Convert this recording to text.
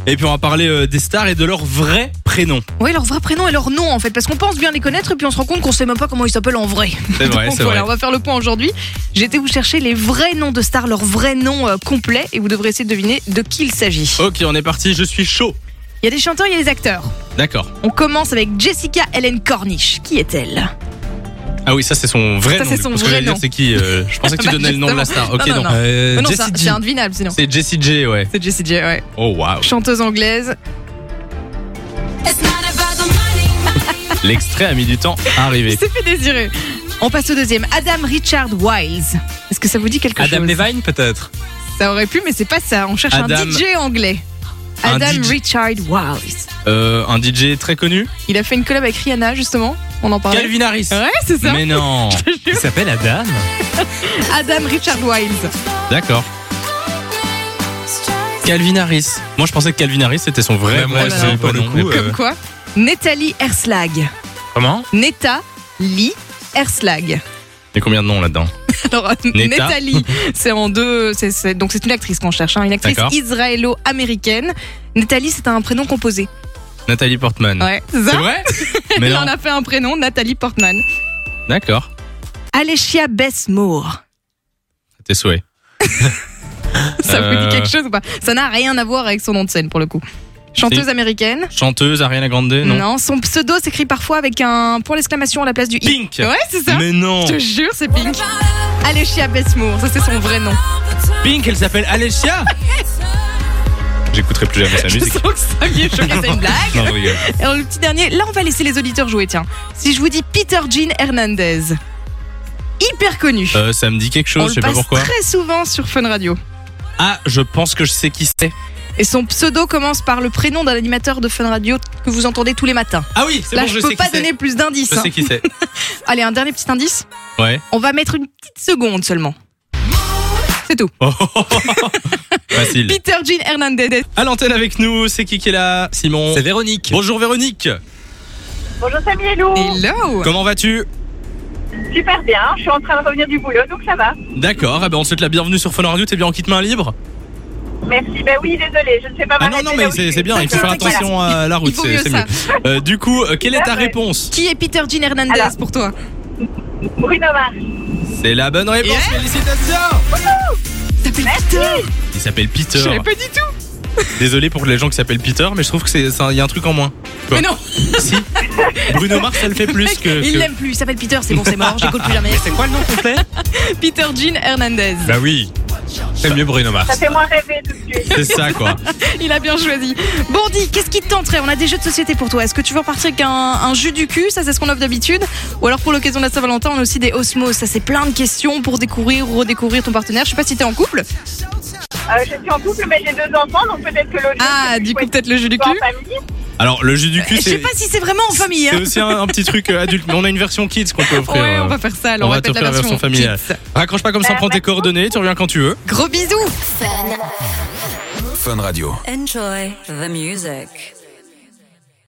Et puis on va parler des stars et de leur vrai prénom. Oui, leur vrai prénom et leur nom en fait, parce qu'on pense bien les connaître et puis on se rend compte qu'on sait même pas comment ils s'appellent en vrai. C'est vrai, Donc, c'est voilà, vrai. on va faire le point aujourd'hui. J'ai été vous chercher les vrais noms de stars, leur vrai nom complet, et vous devrez essayer de deviner de qui il s'agit. Ok, on est parti, je suis chaud. Il y a des chanteurs, il y a des acteurs. D'accord. On commence avec Jessica Helen Cornish. Qui est-elle? Ah oui, ça c'est son vrai Ça, nom. c'est son Parce que vrai j'allais dire nom. c'est qui Je pensais que tu Bah, donnais le nom de la star. Ok, Non, non. non, non. Mais non, Jessie c'est J. indevinable sinon. C'est Jessie J, ouais. C'est Jessie J, ouais. Oh waouh. Chanteuse anglaise. L'extrait a mis du temps à Il arriver. s'est fait désirer. On passe au deuxième. Adam Richard Wiles. Est-ce que ça vous dit quelque Adam chose? Levine peut-être. Ça aurait pu, mais c'est pas ça. On cherche Adam- un DJ anglais. Un Adam DJ. Richard Wiles. Un DJ très connu. Il a fait une collab avec Rihanna, justement. On en parlait. Calvin Harris. Ouais, c'est ça. Mais non. Il s'appelle Adam. Adam Richard Wiles. D'accord. Calvin Harris. Moi je pensais que Calvin Harris c'était son vrai Ouais, moi, vrai c'est vrai pour le nom. coup, Comme quoi. Nathalie Erslag. Comment? Nathalie Erslag. Il y a combien de noms là-dedans? Alors, Neta. Nathalie, c'est en deux. Donc, c'est une actrice qu'on cherche, hein, une actrice D'accord. israélo-américaine. Nathalie, c'est un prénom composé. Nathalie Portman. Ouais, c'est C'est ça. vrai? Mais Elle non. en a fait un prénom, Nathalie Portman. D'accord. Alessia Bess-Moore. Tes souhaits. Ça vous dit quelque chose ou pas? Ça n'a rien à voir avec son nom de scène pour le coup. Chanteuse Si. américaine. Chanteuse Ariana Grande, non? Son pseudo s'écrit parfois avec un point d'exclamation à la place du i. Pink. Ouais, c'est ça. Mais non. Je te jure, c'est Pink. Alessia Bess-Moore, ça c'est son vrai nom. Pink, elle s'appelle Alessia. J'écouterai plus jamais sa Je musique. sens que ça vient choquer, c'est une blague. Non, je rigole. Alors le petit dernier, là on va laisser les auditeurs jouer, tiens. Si je vous dis Peter Jean Hernandez, hyper connu. Ça me dit quelque On chose, le je sais pas passe pourquoi. très souvent sur Fun Radio. Ah, je pense que je sais qui c'est. Et son pseudo commence par le prénom d'un animateur de Fun Radio que vous entendez tous les matins. Ah oui, c'est Là bon, je je peux sais pas qui c'est. donner plus d'indices. Je sais qui c'est. Allez, un dernier petit indice. Ouais. On va mettre une petite seconde seulement. C'est tout. Oh, facile. Peter Jean Hernandez. À l'antenne avec nous, c'est qui est là? Simon. C'est Véronique. Bonjour Véronique. Bonjour Samy et Lou. Hello. Comment vas-tu? Super bien, je suis en train de revenir du boulot, donc ça va. D'accord, on te souhaite la bienvenue sur Fun Radio, t'es bien en kit main libre? Merci, ben oui, désolé, je ne sais pas Ah m'arrêter non, là mais où je suis. c'est bien, il faut faire Voilà. attention à la route, Il vaut mieux c'est ça. mieux. Du coup, quelle est ta réponse? Qui est Peter Jean Hernandez Alors. pour toi? Bruno Mars. C'est la bonne réponse, Yes. félicitations. Il s'appelle Peter. Il s'appelle Peter. Je savais pas du tout. Désolé pour les gens qui s'appellent Peter, mais je trouve que il y a un truc en moins. Quoi? Mais non. Si. Bruno Mars, ça le fait plus que. Il l'aime plus, il s'appelle Peter, c'est bon, c'est mort, j'écoute plus jamais. C'est quoi le nom complet? Peter Jean Hernandez. Bah oui. C'est mieux Bruno Mars. Ça fait moins rêver tout de suite. C'est ça, quoi. Il a bien choisi. Bon, dis, qu'est-ce qui te tenterait? On a des jeux de société pour toi. Est-ce que tu veux repartir avec un jus du cul? Ça, c'est ce qu'on offre d'habitude. Ou alors, pour l'occasion de la Saint-Valentin, on a aussi des osmos. Ça, c'est plein de questions pour découvrir ou redécouvrir ton partenaire. Je sais pas si t'es en couple. Je suis en couple, mais j'ai 2 enfants, donc peut-être que l'autre. Ah, du coup, peut-être le jus du cul. En famille. Alors, le jus du cul, Je sais c'est. pas si c'est vraiment en famille. C'est Hein. aussi un petit truc adulte, mais on a une version kids qu'on peut offrir. Ouais, on va faire ça. Alors, on on va va peut-être t'offrir la version familiale. kids. Raccroche pas comme ça, prends tes coordonnées, tu reviens quand tu veux. Gros bisous. Fun Radio. Enjoy the music.